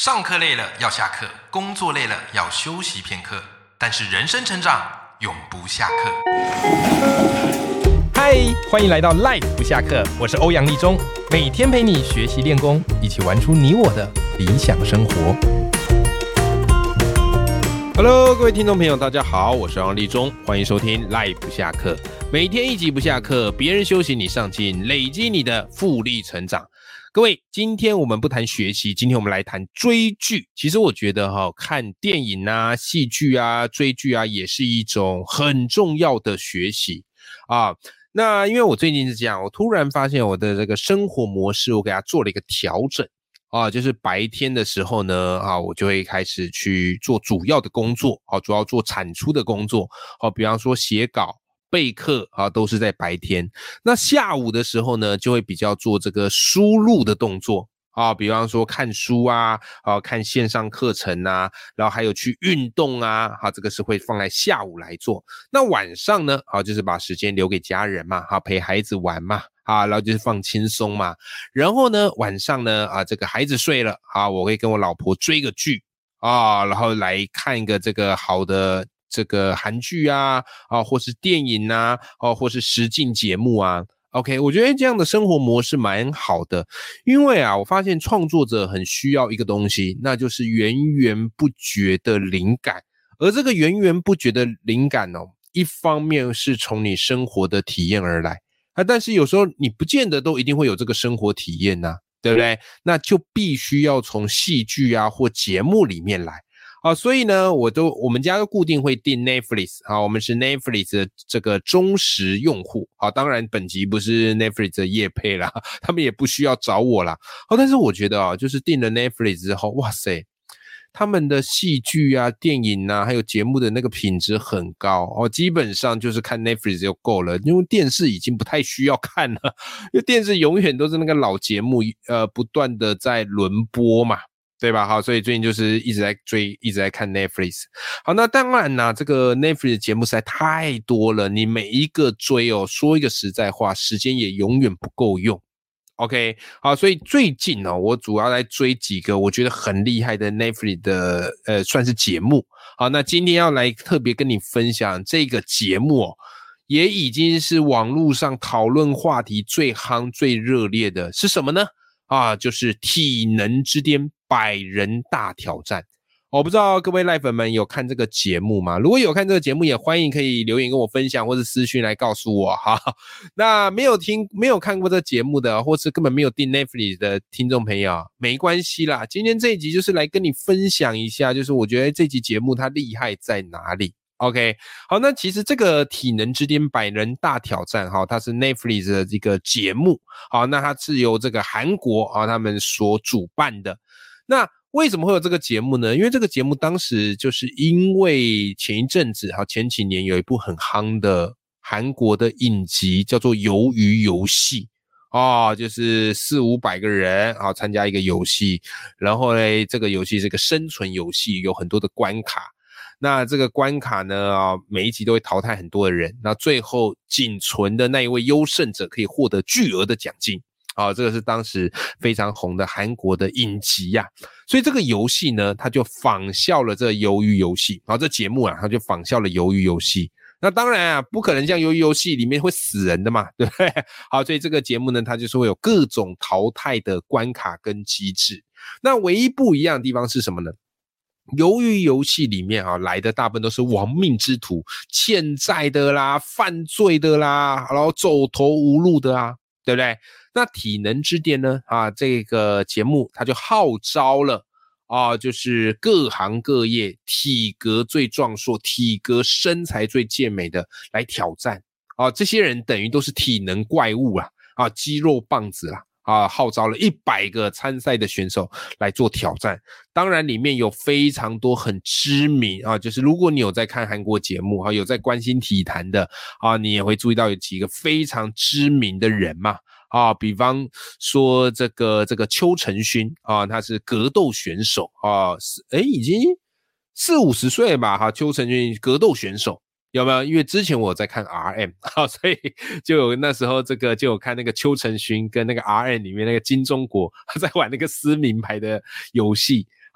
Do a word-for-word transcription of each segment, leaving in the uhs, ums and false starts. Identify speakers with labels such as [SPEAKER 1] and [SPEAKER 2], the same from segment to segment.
[SPEAKER 1] 上课累了要下课，工作累了要休息片刻，但是人生成长永不下课。嗨，欢迎来到 Life 不下课，我是欧阳立中，每天陪你学习练功，一起玩出你我的理想生活。
[SPEAKER 2] Hello， 各位听众朋友，大家好，我是欧阳立中，欢迎收听 Life 不下课，每天一集不下课，别人休息你上进，累积你的复利成长。各位，今天我们不谈学习，今天我们来谈追剧。其实我觉得哈、哦，看电影啊、戏剧啊、追剧啊，也是一种很重要的学习啊。那因为我最近是这样，我突然发现我的这个生活模式，我给它做了一个调整啊，就是白天的时候呢，啊，我就会开始去做主要的工作，啊，主要做产出的工作，啊，比方说写稿。备课啊，都是在白天。那下午的时候呢，就会比较做这个输入的动作啊，比方说看书啊，啊看线上课程啊，然后还有去运动啊，啊这个是会放在下午来做。那晚上呢，啊就是把时间留给家人嘛，啊陪孩子玩嘛。啊，然后就是放轻松嘛。然后呢，晚上呢，啊这个孩子睡了，啊我会跟我老婆追个剧啊，然后来看一个这个好的。这个韩剧啊，啊，或是电影啊，啊，或是实境节目啊 ，OK， 我觉得这样的生活模式蛮好的，因为啊，我发现创作者很需要一个东西，那就是源源不绝的灵感，而这个源源不绝的灵感哦，一方面是从你生活的体验而来啊，但是有时候你不见得都一定会有这个生活体验呐、啊，对不对？那就必须要从戏剧啊或节目里面来。好，所以呢，我都我们家都固定会订 Netflix， 好，我们是 Netflix 的这个忠实用户，好，当然本集不是 Netflix 的业配啦，他们也不需要找我啦，好，但是我觉得啊，就是订了 Netflix 之后，哇塞，他们的戏剧啊、电影啊，还有节目的那个品质很高哦，基本上就是看 Netflix 就够了，因为电视已经不太需要看了，因为电视永远都是那个老节目，呃，不断的在轮播嘛。对吧？好，所以最近就是一直在追，一直在看 Netflix。好，那当然啦，这个 Netflix 的节目实在太多了，你每一个追哦，说一个实在话，时间也永远不够用。OK， 好，所以最近哦，我主要来追几个我觉得很厉害的 Netflix 的呃，算是节目。好，那今天要来特别跟你分享这个节目哦，也已经是网络上讨论话题最夯、最热烈的是什么呢？啊，就是体能之巅百人大挑战。我不知道各位赖粉们有看这个节目吗？如果有看这个节目，也欢迎可以留言跟我分享，或是私讯来告诉我哈。那没有听、没有看过这个节目的，或是根本没有订 Netflix 的听众朋友，没关系啦。今天这一集就是来跟你分享一下，就是我觉得这集节目它厉害在哪里。OK， 好，那其实这个体能之巅百人大挑战哈，它是 Netflix 的一个节目，好，那它是由这个韩国啊他们所主办的。那为什么会有这个节目呢？因为这个节目当时就是因为前一阵子哈，前几年有一部很夯的韩国的影集叫做《鱿鱼游戏》。哦，就是四五百个人啊参加一个游戏，然后呢，这个游戏是个生存游戏，有很多的关卡。那这个关卡呢啊，每一集都会淘汰很多的人，那最后仅存的那一位优胜者可以获得巨额的奖金啊，这个是当时非常红的韩国的影集呀、啊。所以这个游戏呢，它就仿效了这个鱿鱼游戏，然后这节目啊，它就仿效了鱿鱼游戏。那当然啊，不可能像鱿鱼游戏里面会死人的嘛，对不对？好，所以这个节目呢，它就是会有各种淘汰的关卡跟机制。那唯一不一样的地方是什么呢？鱿鱼游戏里面啊，来的大部分都是亡命之徒，欠债的啦，犯罪的啦，然后走投无路的啊，对不对？那体能之巅呢啊，这个节目它就号召了啊，就是各行各业体格最壮硕、体格身材最健美的来挑战啊，这些人等于都是体能怪物啊，啊，肌肉棒子啦。啊，号召了一百个参赛的选手来做挑战，当然里面有非常多很知名啊，就是如果你有在看韩国节目啊，有在关心体坛的啊，你也会注意到有几个非常知名的人嘛。啊，比方说这个这个邱成勋啊，他是格斗选手啊，诶已经四五十岁了吧哈，邱成勋格斗选手。有没有？因为之前我在看 R M 啊，所以就有那时候这个就有看那个邱成勋跟那个 R M 里面那个金钟国在玩那个撕名牌的游戏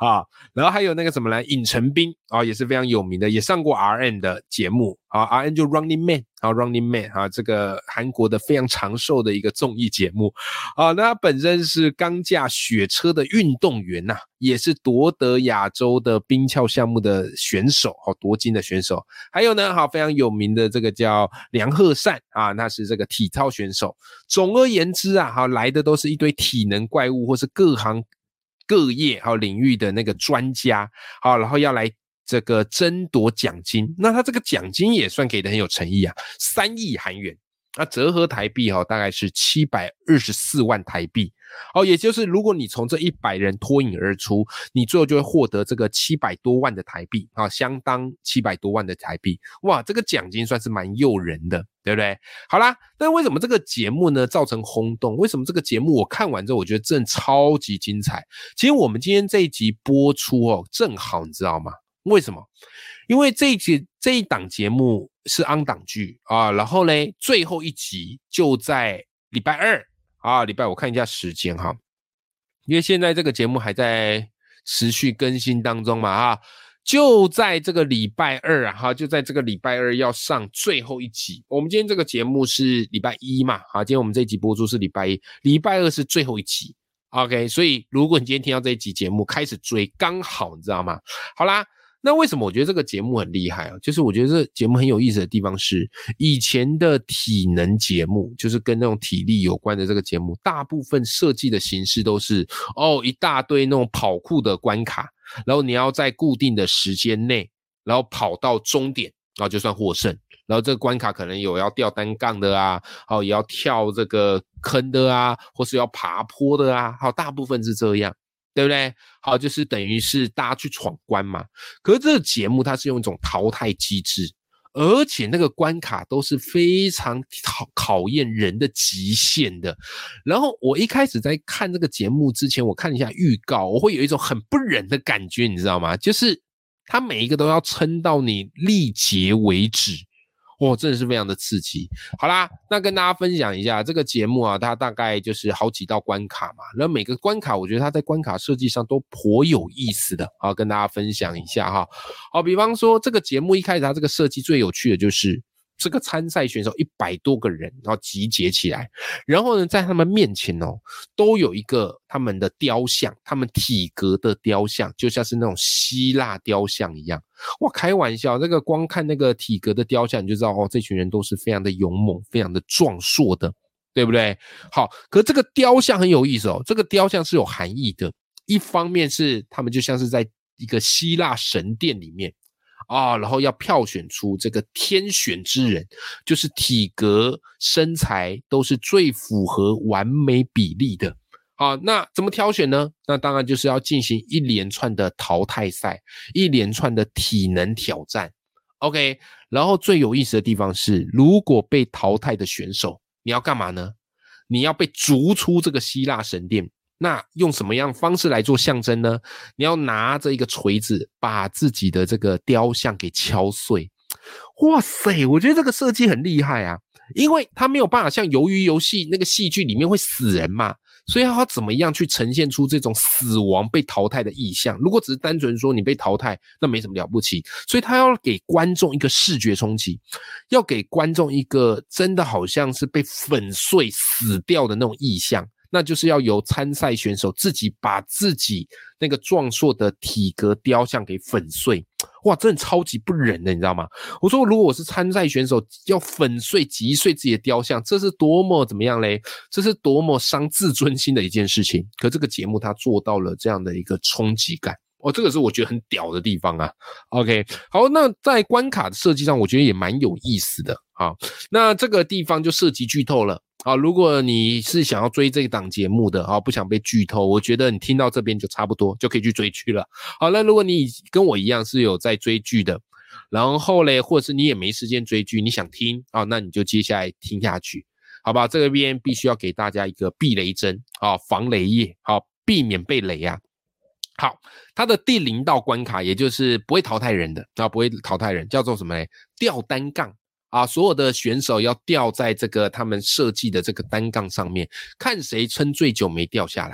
[SPEAKER 2] 啊，然后还有那个什么来，尹成斌啊，也是非常有名的，也上过 R N 的节目啊 ，R N 就 Running Man 啊 ，Running Man 啊，这个韩国的非常长寿的一个综艺节目啊，那他本身是钢架雪车的运动员呐、啊，也是夺得亚洲的冰橇项目的选手，哦，夺金的选手。还有呢，好非常有名的这个叫梁鹤善啊，那是这个体操选手。总而言之啊，好来的都是一堆体能怪物，或是各行各业还有领域的那个专家，好，然后要来这个争夺奖金。那他这个奖金也算给的很有诚意啊，三亿韩元，那折合台币哈、哦，大概是七百二十四万台币。哦，也就是如果你从这一百人脱颖而出，你最后就会获得这个七百多万的台币啊，相当七百多万的台币。哇，这个奖金算是蛮诱人的，对不对？好啦，但为什么这个节目呢造成轰动？为什么这个节目我看完之后我觉得真的超级精彩？其实我们今天这一集播出哦，正好你知道吗？为什么？因为这一集这一档节目是on档剧啊，然后呢，最后一集就在礼拜二。啊，礼拜我看一下时间哈，因为现在这个节目还在持续更新当中嘛啊，就在这个礼拜二啊，哈，就在这个礼拜二要上最后一集。我们今天这个节目是礼拜一嘛，啊，今天我们这一集播出是礼拜一，礼拜二是最后一集。OK， 所以如果你今天听到这一集节目开始追，刚好你知道吗？好啦。那为什么我觉得这个节目很厉害啊？就是我觉得这个节目很有意思的地方是，以前的体能节目，就是跟那种体力有关的这个节目，大部分设计的形式都是哦一大堆那种跑酷的关卡，然后你要在固定的时间内，然后跑到终点，然后就算获胜。然后这个关卡可能有要吊单杠的啊，哦也要跳这个坑的啊，或是要爬坡的啊，好，大部分是这样。对不对？好，就是等于是大家去闯关嘛。可是这个节目它是用一种淘汰机制，而且那个关卡都是非常考考验人的极限的。然后我一开始在看这个节目之前，我看一下预告，我会有一种很不忍的感觉，你知道吗？就是它每一个都要撑到你力竭为止。哇，真的是非常的刺激。好啦，那跟大家分享一下这个节目啊，它大概就是好几道关卡嘛，然后每个关卡我觉得它在关卡设计上都颇有意思的，好跟大家分享一下哈。好，比方说这个节目一开始它这个设计最有趣的就是这个参赛选手一百多个人，然后集结起来，然后呢，在他们面前哦，都有一个他们的雕像，他们体格的雕像，就像是那种希腊雕像一样。哇，开玩笑，这个光看那个体格的雕像，你就知道哦，这群人都是非常的勇猛，非常的壮硕的，对不对？好，可这个雕像很有意思哦，这个雕像是有含义的。一方面是他们就像是在一个希腊神殿里面。啊、哦，然后要票选出这个天选之人，就是体格身材都是最符合完美比例的。好，那怎么挑选呢？那当然就是要进行一连串的淘汰赛，一连串的体能挑战。OK， 然后最有意思的地方是，如果被淘汰的选手，你要干嘛呢？你要被逐出这个希腊神殿。那用什么样方式来做象征呢？你要拿着一个锤子把自己的这个雕像给敲碎。哇塞，我觉得这个设计很厉害啊，因为他没有办法像鱿鱼游戏那个戏剧里面会死人嘛，所以他怎么样去呈现出这种死亡被淘汰的意象。如果只是单纯说你被淘汰，那没什么了不起，所以他要给观众一个视觉冲击，要给观众一个真的好像是被粉碎死掉的那种意象，那就是要由参赛选手自己把自己那个壮硕的体格雕像给粉碎。哇，真的超级不忍的，你知道吗？我说如果我是参赛选手，要粉碎击碎自己的雕像，这是多么怎么样嘞？这是多么伤自尊心的一件事情。可这个节目它做到了这样的一个冲击感。哦，这个是我觉得很屌的地方啊。OK， 好，那在关卡的设计上，我觉得也蛮有意思的。好，那这个地方就涉及剧透了。好，如果你是想要追这一档节目的，好，不想被剧透，我觉得你听到这边就差不多就可以去追剧了。好，那如果你跟我一样是有在追剧的，然后嘞，或者是你也没时间追剧，你想听啊，那你就接下来听下去，好吧？这边必须要给大家一个避雷针啊，防雷液，好，避免被雷啊。好，它的第零道关卡，也就是不会淘汰人的，啊，不会淘汰人，叫做什么呢？吊单杠。啊，所有的选手要吊在这个他们设计的这个单杠上面，看谁撑最久没掉下来。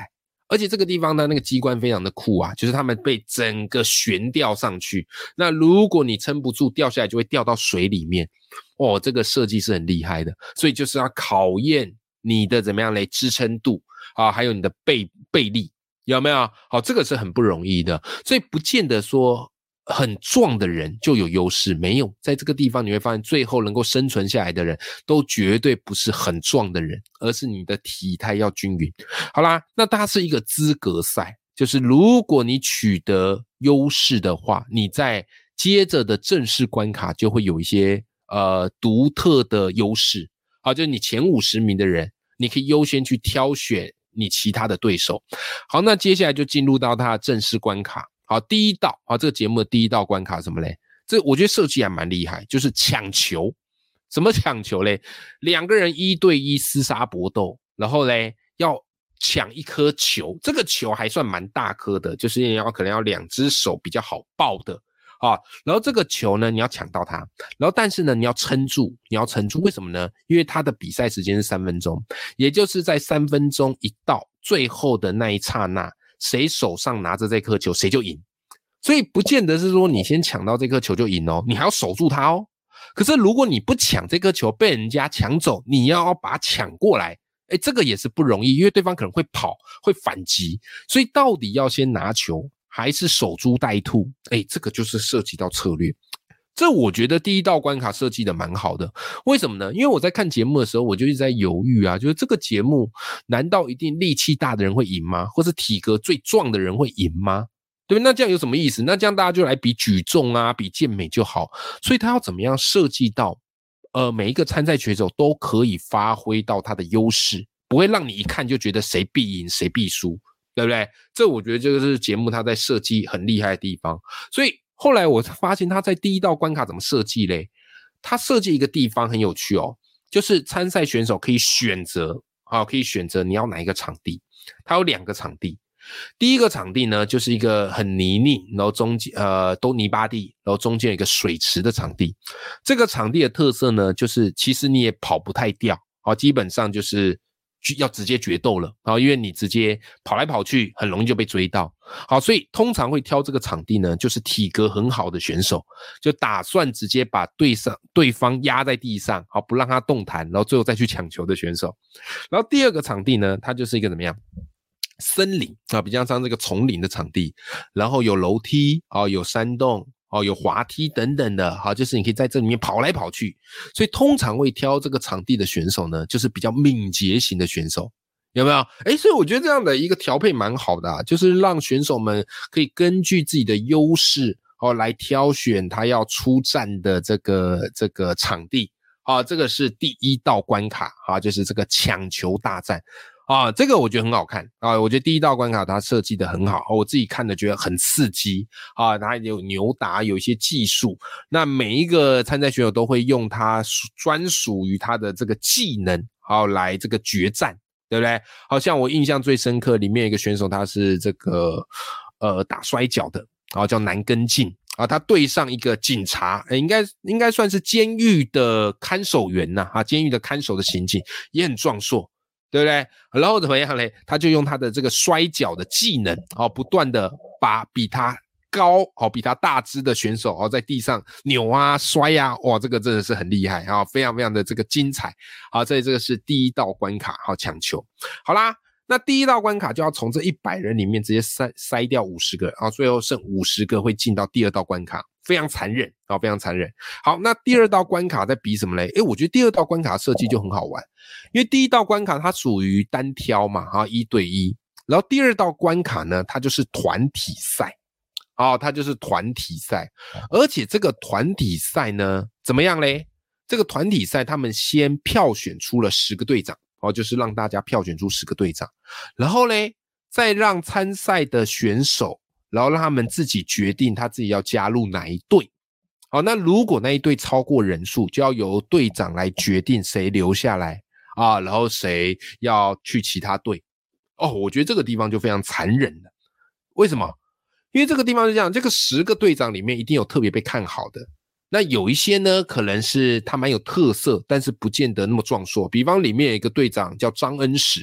[SPEAKER 2] 而且这个地方呢，那个机关非常的酷啊，就是他们被整个悬吊上去，那如果你撑不住掉下来就会掉到水里面。哦，这个设计是很厉害的，所以就是要考验你的怎么样嘞支撑度啊，还有你的背背力，有没有？好，这个是很不容易的，所以不见得说很壮的人就有优势，没有，在这个地方你会发现最后能够生存下来的人都绝对不是很壮的人，而是你的体态要均匀。好啦，那它是一个资格赛，就是如果你取得优势的话，你在接着的正式关卡就会有一些呃独特的优势。好，就是你前五十名的人，你可以优先去挑选你其他的对手。好，那接下来就进入到它的正式关卡。好，第一道啊，这个节目的第一道关卡是什么嘞？这我觉得设计还蛮厉害，就是抢球。什么抢球嘞？两个人一对一厮杀搏斗，然后嘞要抢一颗球，这个球还算蛮大颗的，就是你要可能要两只手比较好抱的啊。然后这个球呢，你要抢到它，然后但是呢，你要撑住，你要撑住，为什么呢？因为它的比赛时间是三分钟，也就是在三分钟一到最后的那一刹那，谁手上拿着这颗球谁就赢。所以不见得是说你先抢到这颗球就赢哦，你还要守住它哦。可是如果你不抢这颗球被人家抢走，你要把它抢过来，诶，这个也是不容易，因为对方可能会跑会反击，所以到底要先拿球还是守株待兔，诶，这个就是涉及到策略。这我觉得第一道关卡设计的蛮好的，为什么呢？因为我在看节目的时候我就一直在犹豫啊，就是这个节目难道一定力气大的人会赢吗？或是体格最壮的人会赢吗？对，那这样有什么意思？那这样大家就来比举重啊，比健美就好。所以他要怎么样设计到呃，每一个参赛选手都可以发挥到他的优势，不会让你一看就觉得谁必赢谁必输，对不对？这我觉得这个是节目他在设计很厉害的地方。所以后来我发现他在第一道关卡怎么设计嘞？他设计一个地方很有趣哦，就是参赛选手可以选择啊，可以选择你要哪一个场地。他有两个场地。第一个场地呢，就是一个很泥泞，然后中间呃都泥巴地，然后中间有一个水池的场地。这个场地的特色呢，就是其实你也跑不太掉，好，基本上就是要直接决斗了，好，因为你直接跑来跑去，很容易就被追到。好，所以通常会挑这个场地呢，就是体格很好的选手，就打算直接把对上对方压在地上，好，不让他动弹，然后最后再去抢球的选手。然后第二个场地呢，它就是一个怎么样？森林啊，比较像这个丛林的场地，然后有楼梯啊，有山洞哦，有滑梯等等的，好，就是你可以在这里面跑来跑去。所以通常会挑这个场地的选手呢，就是比较敏捷型的选手，有没有？诶，所以我觉得这样的一个调配蛮好的啊，就是让选手们可以根据自己的优势哦来挑选他要出战的这个这个场地。啊，这个是第一道关卡啊，就是这个抢球大战。啊，这个我觉得很好看啊！我觉得第一道关卡它设计的很好，我自己看的觉得很刺激啊！它有扭打，有一些技术，那每一个参赛选手都会用他专属于他的这个技能，好来这个决战，对不对？好像我印象最深刻，里面有一个选手他是这个呃打摔跤的，然后叫南根进啊，他对上一个警察，应该应该算是监狱的看守员呐，啊，监狱的看守的刑警，也很壮硕。对不对？然后怎么样嘞？他就用他的这个摔跤的技能，哦，不断的把比他高、哦比他大只的选手，哦在地上扭啊摔啊，哇，这个真的是很厉害啊，非常非常的这个精彩。好，这这个是第一道关卡，好，抢球。好啦，那第一道关卡就要从这一百人里面直接筛筛掉五十个，然后最后剩五十个会进到第二道关卡。非常残忍啊、哦，非常残忍。好，那第二道关卡在比什么嘞？诶，我觉得第二道关卡设计就很好玩，因为第一道关卡它属于单挑嘛，啊，一对一。然后第二道关卡呢，它就是团体赛，哦，它就是团体赛。而且这个团体赛呢，怎么样嘞？这个团体赛他们先票选出了十个队长，哦，就是让大家票选出十个队长，然后嘞，再让参赛的选手。然后让他们自己决定他自己要加入哪一队。好，那如果那一队超过人数，就要由队长来决定谁留下来啊，然后谁要去其他队。哦，我觉得这个地方就非常残忍了。为什么？因为这个地方是这样，这个十个队长里面一定有特别被看好的。那有一些呢，可能是他蛮有特色，但是不见得那么壮硕。比方里面有一个队长叫张恩史，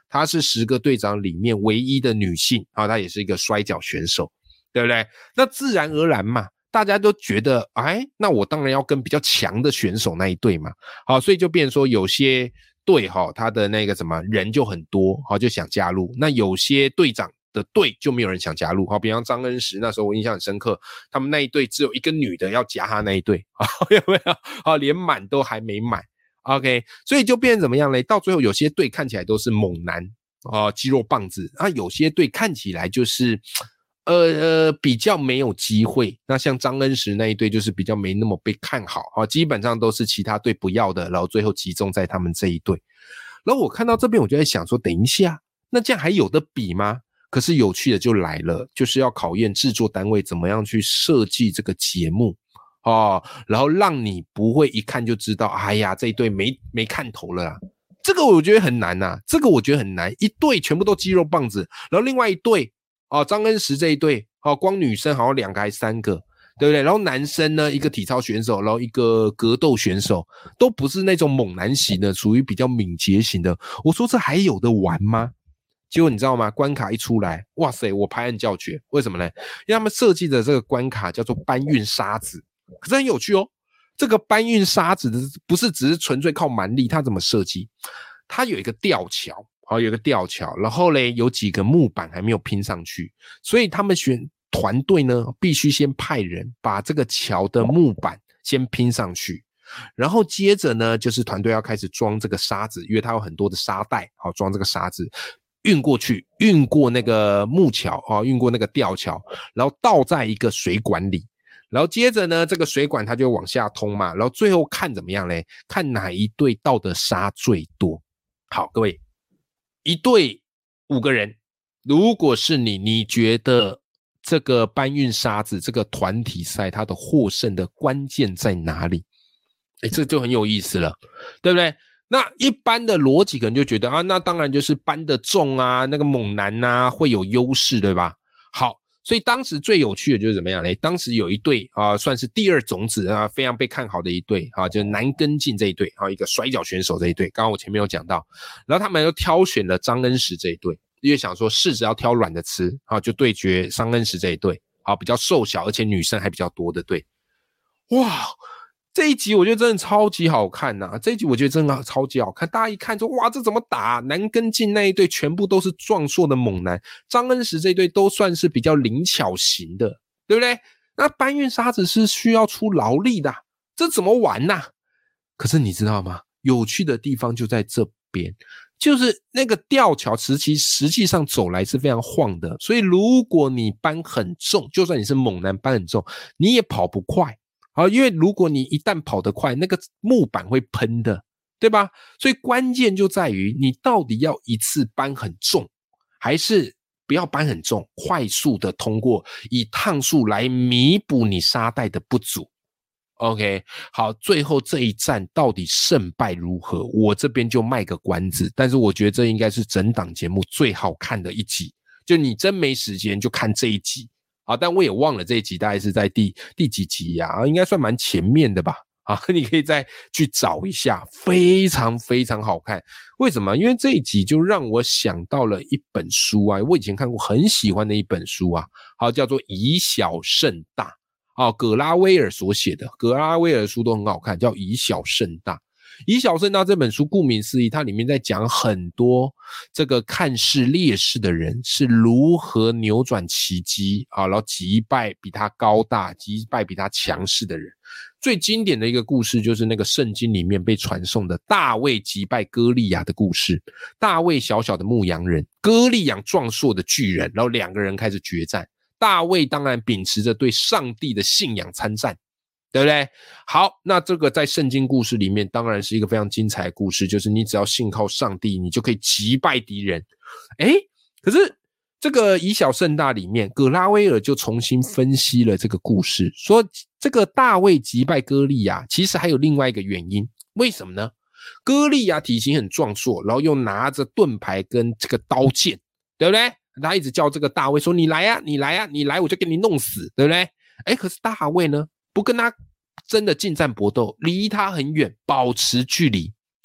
[SPEAKER 2] 她是十个队长里面唯一的女性啊，她也是一个摔跤选手，对不对？那自然而然嘛，大家都觉得，哎，那我当然要跟比较强的选手那一队嘛。好，所以就变成说有些队哈，他的那个什么人就很多，好，就想加入。那有些队长的队就没有人想加入，好，比方张恩石那时候我印象很深刻，他们那一队只有一个女的要加他那一队，有没有？好，连满都还没满。OK， 所以就变成怎么样呢？到最后有些队看起来都是猛男啊、呃，肌肉棒子啊，有些队看起来就是呃呃比较没有机会。那像张恩石那一队就是比较没那么被看好啊，基本上都是其他队不要的，然后最后集中在他们这一队。然后我看到这边我就在想说，等一下，那这样还有的比吗？可是有趣的就来了，就是要考验制作单位怎么样去设计这个节目。哦，然后让你不会一看就知道，哎呀，这一队没没看头了啦。这个我觉得很难啊，这个我觉得很难。一队全部都肌肉棒子，然后另外一队哦，张恩石这一队哦，光女生好像两个还三个，对不对？然后男生呢，一个体操选手，然后一个格斗选手，都不是那种猛男型的，属于比较敏捷型的。我说这还有的玩吗？结果你知道吗？关卡一出来，哇塞，我拍案叫绝。为什么呢？因为他们设计的这个关卡叫做搬运沙子。可是很有趣哦，这个搬运沙子的不是只是纯粹靠蛮力，它怎么设计？它有一个吊桥，好，有一个吊桥，然后嘞有几个木板还没有拼上去，所以他们选团队呢，必须先派人把这个桥的木板先拼上去，然后接着呢，就是团队要开始装这个沙子，因为它有很多的沙袋，好，装这个沙子。运过去，运过那个木桥，哦，运过那个吊桥，然后倒在一个水管里。然后接着呢，这个水管它就往下通嘛，然后最后看怎么样嘞？看哪一队倒的沙最多。好，各位，一队五个人，如果是你，你觉得这个搬运沙子这个团体赛它的获胜的关键在哪里？诶，这就很有意思了，对不对？那一般的逻辑可能就觉得啊，那当然就是搬得重啊，那个猛男啊会有优势，对吧？好。所以当时最有趣的就是怎么样呢？当时有一队啊，算是第二种子啊，非常被看好的一队啊，就是南根进这一队啊，一个摔跤选手这一队。刚刚我前面有讲到，然后他们又挑选了张恩石这一队，因为想说柿子要挑软的吃啊，就对决张恩石这一队啊，比较瘦小而且女生还比较多的队。哇！这一集我觉得真的超级好看呐、啊！这一集我觉得真的超级好看，大家一看说哇，这怎么打、啊？南根进那一队全部都是壮硕的猛男，张恩石这一队都算是比较灵巧型的，对不对？那搬运沙子是需要出劳力的、啊，这怎么玩呐、啊？可是你知道吗？有趣的地方就在这边，就是那个吊桥实际实际上走来是非常晃的，所以如果你搬很重，就算你是猛男搬很重，你也跑不快。好，因为如果你一旦跑得快，那个木板会喷的，对吧？所以关键就在于你到底要一次搬很重，还是不要搬很重，快速的通过，以趟数来弥补你沙袋的不足。OK， 好，最后这一战到底胜败如何？我这边就卖个关子，但是我觉得这应该是整档节目最好看的一集，就你真没时间就看这一集。啊，但我也忘了这一集大概是在第第几集呀、啊？应该算蛮前面的吧？啊，你可以再去找一下，非常非常好看。为什么？因为这一集就让我想到了一本书啊，我以前看过很喜欢的一本书啊，好，叫做《以小胜大》啊，葛拉威尔所写的，葛拉威尔的书都很好看，叫《以小胜大》。以小胜大这本书顾名思义，它里面在讲很多这个看似劣势的人是如何扭转奇迹啊，然后击败比他高大击败比他强势的人。最经典的一个故事就是那个圣经里面被传颂的大卫击败歌利亚的故事。大卫小小的牧羊人，歌利亚壮硕的巨人，然后两个人开始决战。大卫当然秉持着对上帝的信仰参战，对不对？好，那这个在圣经故事里面当然是一个非常精彩的故事，就是你只要信靠上帝，你就可以击败敌人。诶，可是这个以小胜大里面，葛拉威尔就重新分析了这个故事，说这个大卫击败歌利亚其实还有另外一个原因。为什么呢？歌利亚体型很壮硕，然后又拿着盾牌跟这个刀剑，对不对？他一直叫这个大卫说你来啊你来啊你来我就给你弄死，对不对？诶，可是大卫呢不跟他真的近战搏斗，离他很远，保持距离，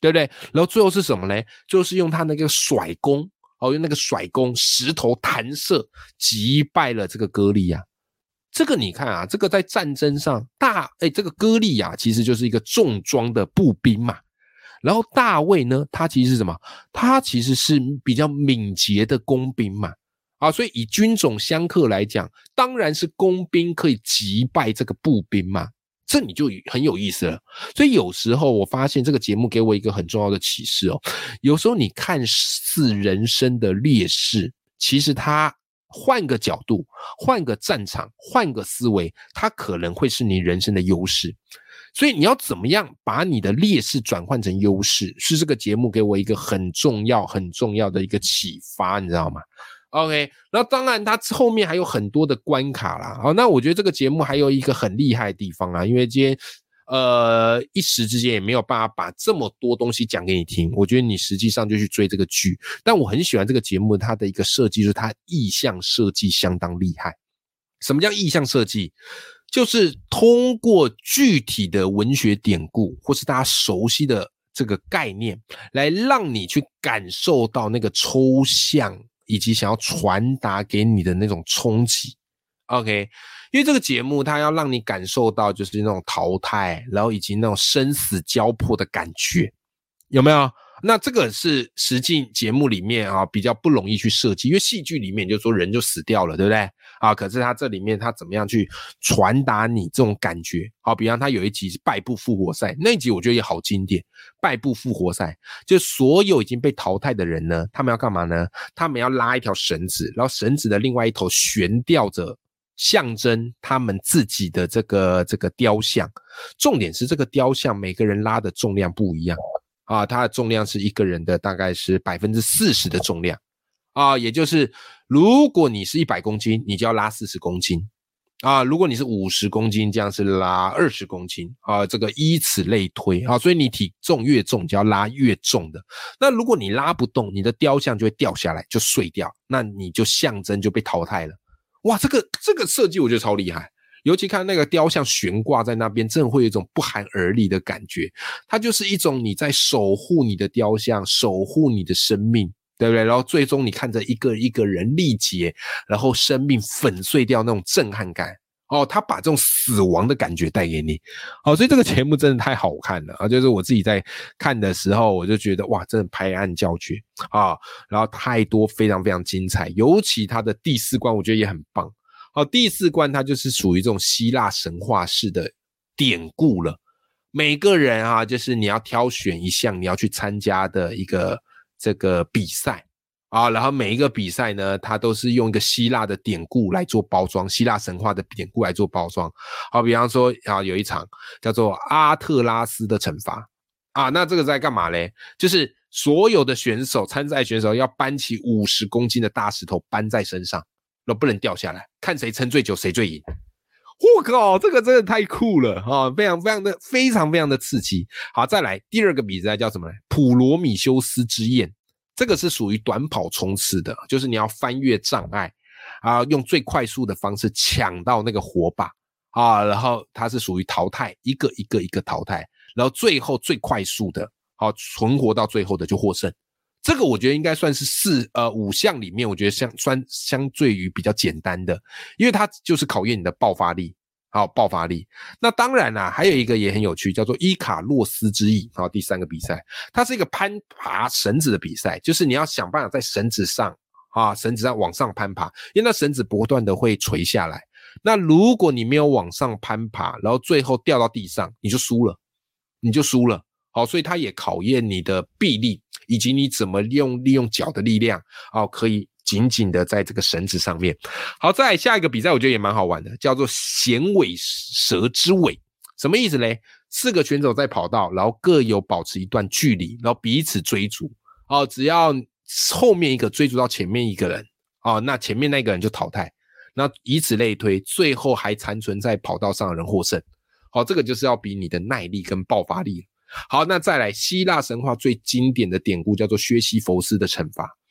[SPEAKER 2] 对不对？然后最后是什么呢？就是用他那个甩弓，哦，用那个甩弓石头弹射击败了这个歌利亚。这个你看啊，这个在战争上大哎，这个歌利亚其实就是一个重装的步兵嘛。然后大卫呢，他其实是什么？他其实是比较敏捷的工兵嘛。啊，所以以军种相克来讲，当然是工兵可以击败这个步兵嘛。这你就很有意思了。所以有时候我发现这个节目给我一个很重要的启示哦。有时候你看似人生的劣势，其实它换个角度，换个战场，换个思维，它可能会是你人生的优势。所以你要怎么样把你的劣势转换成优势，是这个节目给我一个很重要很重要的一个启发，你知道吗？ OK， 然后当然它后面还有很多的关卡啦。好，那我觉得这个节目还有一个很厉害的地方啊，因为今天呃一时之间也没有办法把这么多东西讲给你听，我觉得你实际上就去追这个剧。但我很喜欢这个节目它的一个设计，就是它意象设计相当厉害。什么叫意象设计？就是通过具体的文学典故或是大家熟悉的这个概念，来让你去感受到那个抽象以及想要传达给你的那种冲击。 OK， 因为这个节目它要让你感受到就是那种淘汰，然后以及那种生死交迫的感觉，有没有？那这个是实际节目里面啊比较不容易去设计，因为戏剧里面就说人就死掉了，对不对啊？可是他这里面他怎么样去传达你这种感觉？好，比方他有一集是败部复活赛，那一集我觉得也好经典。败部复活赛，就所有已经被淘汰的人呢，他们要干嘛呢？他们要拉一条绳子，然后绳子的另外一头悬吊着象征他们自己的这个这个雕像。重点是这个雕像每个人拉的重量不一样。啊，它的重量是一个人的大概是 百分之四十 的重量啊，也就是如果你是一百公斤，你就要拉四十公斤啊，如果你是五十公斤，这样是拉二十公斤啊，这个依此类推啊，所以你体重越重，你就要拉越重的。那如果你拉不动，你的雕像就会掉下来，就碎掉，那你就象征就被淘汰了。哇，这个这个设计我觉得超厉害。尤其看那个雕像悬挂在那边，真的会有一种不寒而栗的感觉。它就是一种你在守护你的雕像，守护你的生命，对不对？然后最终你看着一个一个人力竭，然后生命粉碎掉那种震撼感。哦，他把这种死亡的感觉带给你。好，所以这个节目真的太好看了啊！就是我自己在看的时候，我就觉得哇，真的拍案叫绝啊！然后太多非常非常精彩，尤其他的第四关我觉得也很棒。好，第四关它就是属于这种希腊神话式的典故了。每个人啊，就是你要挑选一项你要去参加的一个这个比赛啊，然后每一个比赛呢，它都是用一个希腊的典故来做包装，希腊神话的典故来做包装。好，比方说啊，有一场叫做阿特拉斯的惩罚啊，那这个在干嘛嘞？就是所有的选手参赛选手要搬起五十公斤的大石头搬在身上。不能掉下来，看谁撑最久谁最赢。我靠，这个真的太酷了啊！非常非常的非常非常的刺激。好，再来第二个比赛叫什么呢？普罗米修斯之焰。这个是属于短跑冲刺的，就是你要翻越障碍啊，用最快速的方式抢到那个火把啊，然后它是属于淘汰，一个一个一个淘汰，然后最后最快速的，好存活到最后的就获胜。这个我觉得应该算是四呃五项里面，我觉得相算相对于比较简单的，因为它就是考验你的爆发力，好爆发力。那当然啦、啊，还有一个也很有趣，叫做伊卡洛斯之翼，好第三个比赛，它是一个攀爬绳子的比赛，就是你要想办法在绳子上啊绳子上往上攀爬，因为那绳子不断的会垂下来。那如果你没有往上攀爬，然后最后掉到地上，你就输了，你就输了。好，所以它也考验你的臂力，以及你怎么用利用脚的力量，哦，可以紧紧的在这个绳子上面。好，再来下一个比赛，我觉得也蛮好玩的，叫做衔尾蛇之尾。什么意思嘞？四个选手在跑道，然后各有保持一段距离，然后彼此追逐。哦，只要后面一个追逐到前面一个人，哦，那前面那个人就淘汰。那以此类推，最后还残存在跑道上的人获胜。好，这个就是要比你的耐力跟爆发力。好，那再来希腊神话最经典的典故叫做薛西弗斯的惩罚。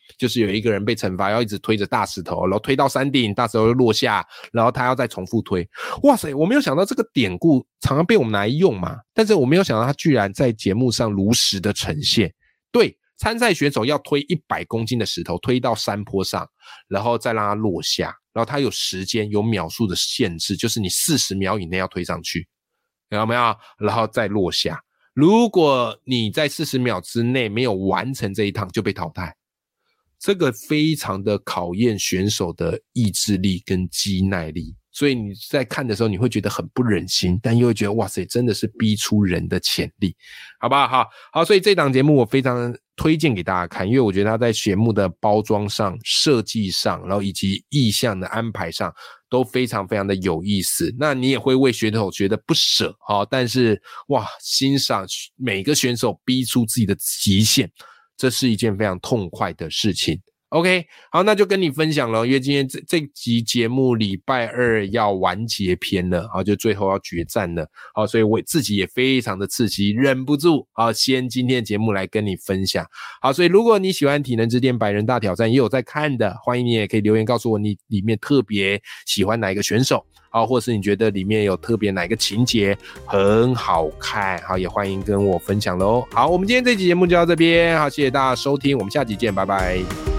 [SPEAKER 2] 就是有一个人被惩罚要一直推着大石头，然后推到山顶，大石头就落下，然后他要再重复推。哇塞，我没有想到这个典故常常被我们拿来用嘛，但是我没有想到他居然在节目上如实的呈现。对，参赛选手要推一百公斤的石头推到山坡上，然后再让它落下，然后它有时间有秒数的限制，就是你四十秒以内要推上去，有没有？然后再落下，如果你在四十秒之内没有完成这一趟就被淘汰。这个非常的考验选手的意志力跟肌耐力，所以你在看的时候你会觉得很不忍心，但又会觉得哇塞，真的是逼出人的潜力，好吧？好好，所以这档节目我非常推荐给大家看，因为我觉得它在节目的包装上、设计上，然后以及意象的安排上都非常非常的有意思。那你也会为选手觉得不舍，但是哇，欣赏每个选手逼出自己的极限，这是一件非常痛快的事情。OK， 好，那就跟你分享了，因为今天这这集节目礼拜二要完结篇了，好，就最后要决战了，好，所以我自己也非常的刺激，忍不住，好，先今天的节目来跟你分享。好，所以如果你喜欢体能之巅百人大挑战，也有在看的，欢迎你也可以留言告诉我你里面特别喜欢哪一个选手，好，或是你觉得里面有特别哪一个情节很好看，好，也欢迎跟我分享咯。好，我们今天这集节目就到这边，好，谢谢大家收听，我们下集见，拜拜。